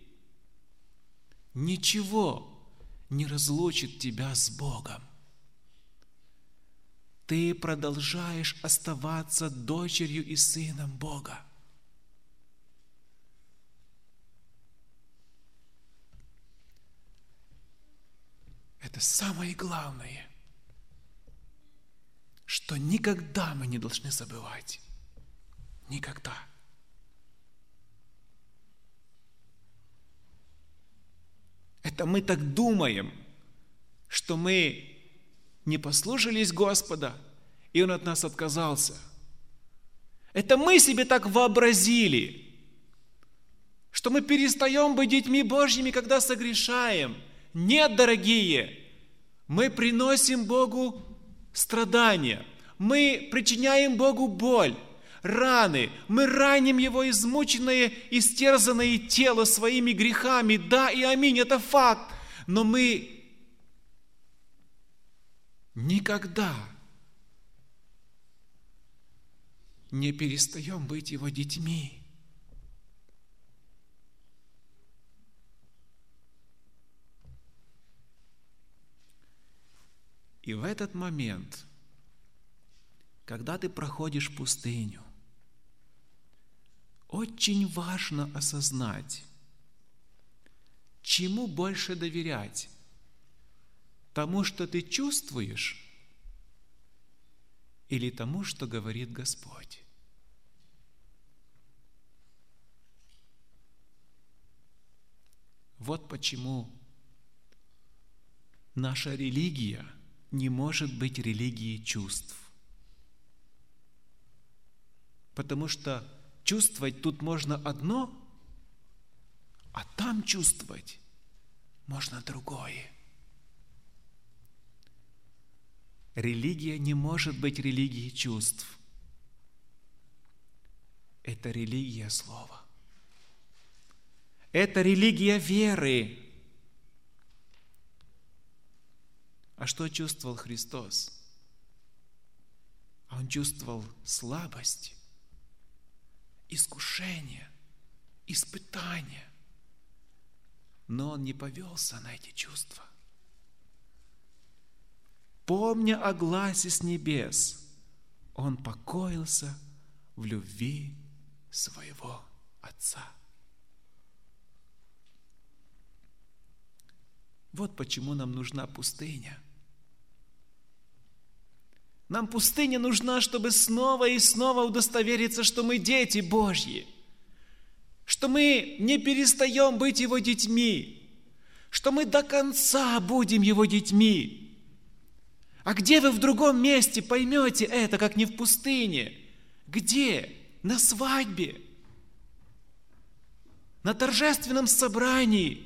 ничего не разлучит тебя с Богом. ты продолжаешь оставаться дочерью и сыном Бога. Это самое главное, что никогда мы не должны забывать. Никогда. Это мы так думаем, что мы не послушались Господа, и Он от нас отказался. Это мы себе так вообразили, что мы перестаем быть детьми Божьими, когда согрешаем. Нет, дорогие, мы приносим Богу страдания, мы причиняем Богу боль, раны, мы раним Его измученное, истерзанное тело своими грехами. Да и аминь, это факт. Но мы никогда не перестаем быть Его детьми. И в этот момент, когда ты проходишь пустыню, очень важно осознать, чему больше доверять. Тому, что ты чувствуешь, или тому, что говорит Господь. Вот почему наша религия не может быть религией чувств. Потому что чувствовать тут можно одно, а там чувствовать можно другое. Религия не может быть религией чувств. Это религия слова. Это религия веры. А что чувствовал Христос? Он чувствовал слабость, искушение, испытание. Но Он не повелся на эти чувства. Помня о гласе с небес, Он покоился в любви своего Отца. Вот почему нам нужна пустыня. Нам пустыня нужна, чтобы снова и снова удостовериться, что мы дети Божьи, что мы не перестаем быть Его детьми, что мы до конца будем Его детьми. А где вы в другом месте поймете это, как не в пустыне? Где? На свадьбе, на торжественном собрании.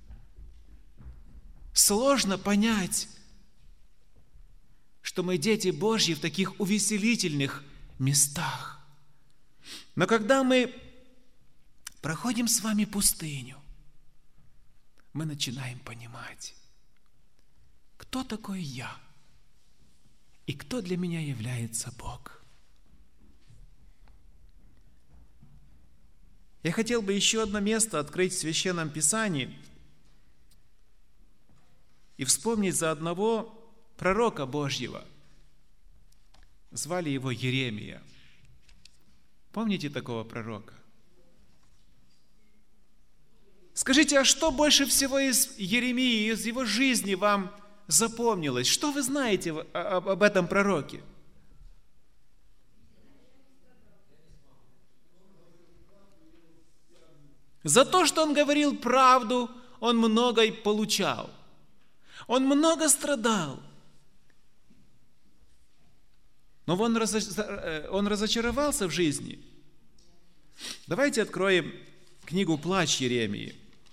Сложно понять, что мы дети Божьи в таких увеселительных местах. Но когда мы проходим с вами пустыню, мы начинаем понимать, кто такой я и кто для меня является Бог. Я хотел бы еще одно место открыть в Священном Писании и вспомнить за одного пророка Божьего. Звали его Еремия. Помните такого пророка? Скажите, а что больше всего из Еремии, из его жизни вам запомнилось? Что вы знаете об этом пророке? За то, что он говорил правду, он много получал. Он много страдал. Но он разочаровался в жизни. Давайте откроем книгу «Плач Еремии».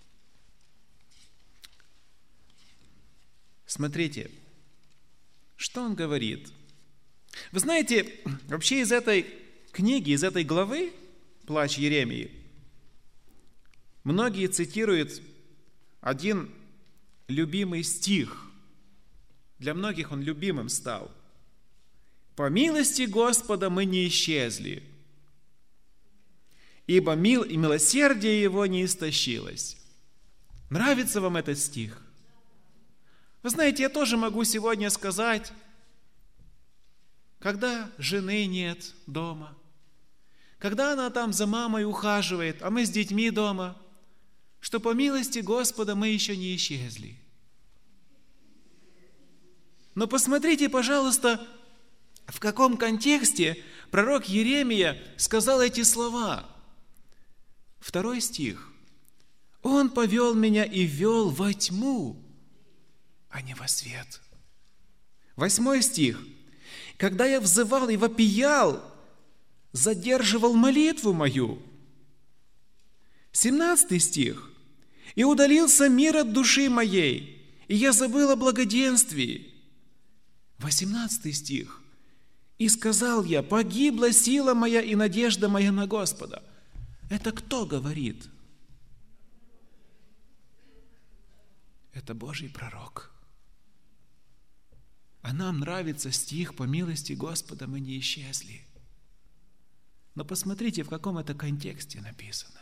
Смотрите, что он говорит. Вы знаете, вообще из этой книги, из этой главы «Плач Еремии» многие цитируют один любимый стих. Для многих он любимым стал. «По милости Господа мы не исчезли, ибо милосердие Его не истощилось». Нравится вам этот стих? Вы знаете, я тоже могу сегодня сказать, когда жены нет дома, когда она там за мамой ухаживает, а мы с детьми дома, что по милости Господа мы еще не исчезли. Но посмотрите, пожалуйста, в каком контексте пророк Иеремия сказал эти слова. 2 стих. «Он повел меня и вел во тьму, а не во свет». 8 стих. «Когда я взывал и вопиял, задерживал молитву мою». 17 стих. «И удалился мир от души моей, и я забыл о благоденствии». 18 стих. «И сказал я, погибла сила моя и надежда моя на Господа». Это кто говорит? Это Божий пророк. А нам нравится стих «По милости Господа мы не исчезли». Но посмотрите, в каком это контексте написано.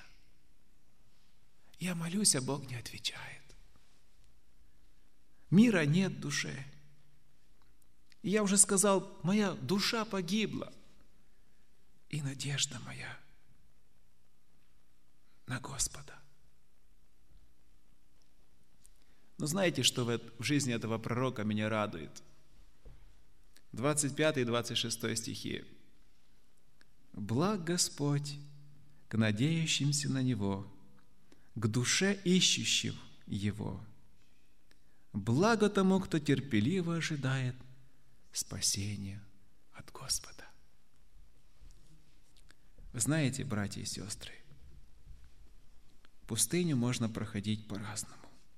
Я молюсь, а Бог не отвечает. Мира нет в душе. И я уже сказал, моя душа погибла, и надежда моя на Господа. Но знаете, что в жизни этого пророка меня радует? 25 и 26 стихи. «Благ Господь к надеющимся на Него, к душе ищущим Его. Благо тому, кто терпеливо ожидает спасения от Господа». Вы знаете, братья и сестры, пустыню можно проходить по-разному.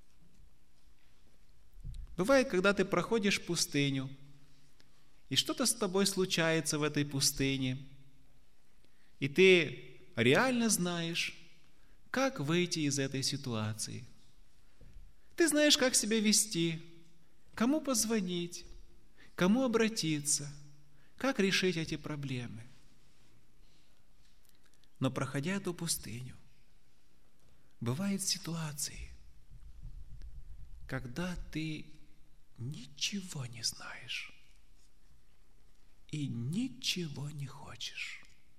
Бывает, когда ты проходишь пустыню, и что-то с тобой случается в этой пустыне, и ты реально знаешь, как выйти из этой ситуации. Ты знаешь, как себя вести, кому позвонить, кому обратиться, как решить эти проблемы. Но проходя эту пустыню, бывают ситуации, когда ты ничего не знаешь и ничего не хочешь.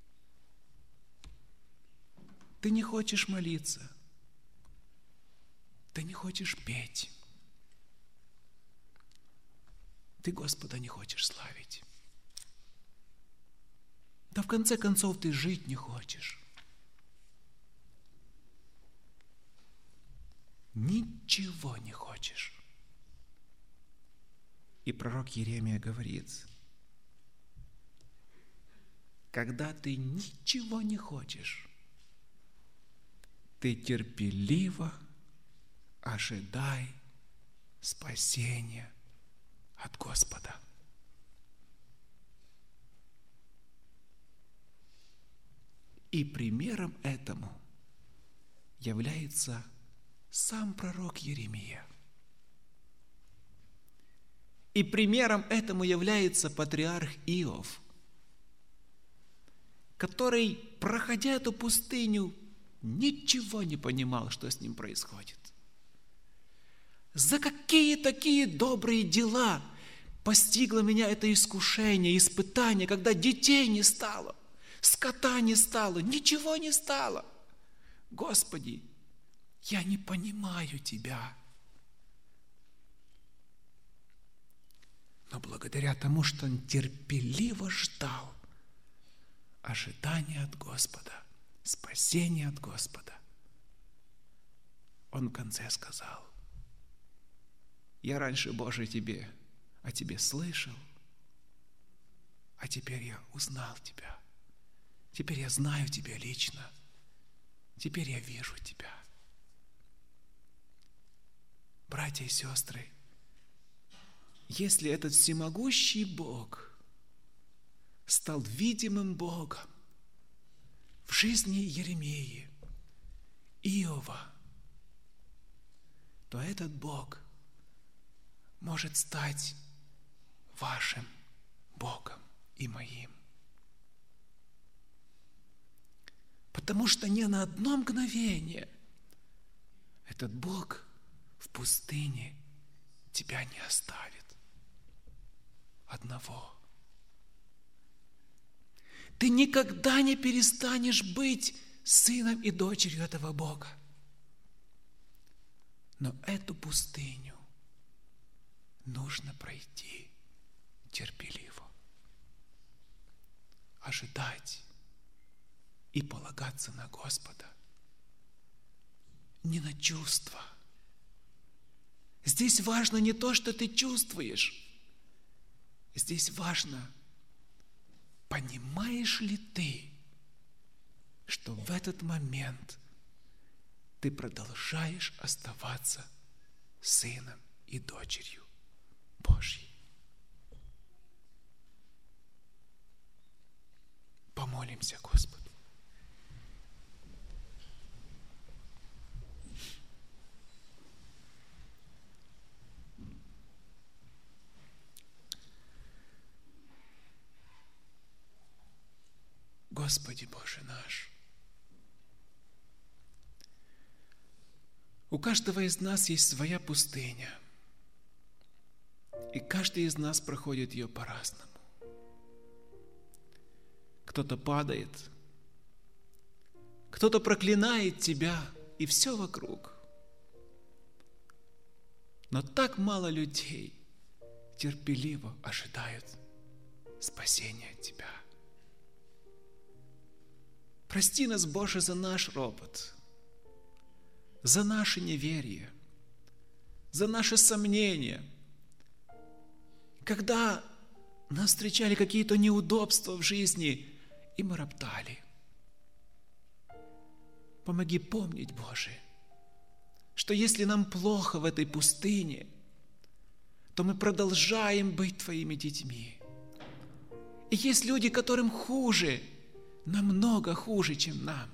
Ты не хочешь молиться, ты не хочешь петь, ты Господа не хочешь славить. Да в конце концов ты жить не хочешь. Ничего не хочешь. И пророк Иеремия говорит, когда ты ничего не хочешь, ты терпеливо ожидай спасения от Господа. И примером этому является сам пророк Иеремия. И примером этому является патриарх Иов, который, проходя эту пустыню, ничего не понимал, что с ним происходит. За какие такие добрые дела постигло меня это искушение, испытание, когда детей не стало, скота не стало, ничего не стало. Господи, я не понимаю Тебя. Но благодаря тому, что он терпеливо ждал ожидания от Господа, спасения от Господа, он в конце сказал: я раньше, Боже, о Тебе слышал, а теперь я узнал Тебя. Теперь я знаю Тебя лично. Теперь я вижу Тебя. Братья и сестры, если этот всемогущий Бог стал видимым Богом в жизни Иеремии, Иова, то этот Бог может стать вашим Богом и моим. Потому что ни на одно мгновение этот Бог в пустыне тебя не оставит одного. Ты никогда не перестанешь быть сыном и дочерью этого Бога. Но эту пустыню нужно пройти терпеливо, ожидать и полагаться на Господа, не на чувства. Здесь важно не то, что ты чувствуешь. Здесь важно, понимаешь ли ты, что в этот момент ты продолжаешь оставаться сыном и дочерью Божьей. Помолимся Господу. Господи Боже наш, у каждого из нас есть своя пустыня, и каждый из нас проходит ее по-разному. Кто-то падает, кто-то проклинает тебя и все вокруг. Но так мало людей терпеливо ожидают спасения от тебя. Прости нас, Боже, за наш ропот, за наше неверие, за наши сомнения. Когда нас встречали какие-то неудобства в жизни, и мы роптали. Помоги помнить, Боже, что если нам плохо в этой пустыне, то мы продолжаем быть Твоими детьми. И есть люди, которым хуже, намного хуже, чем нам.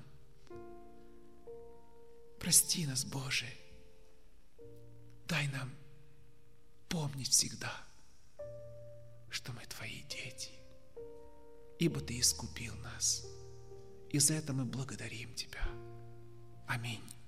Прости нас, Боже. Дай нам помнить всегда, что мы Твои дети, ибо Ты искупил нас. И за это мы благодарим Тебя. Аминь.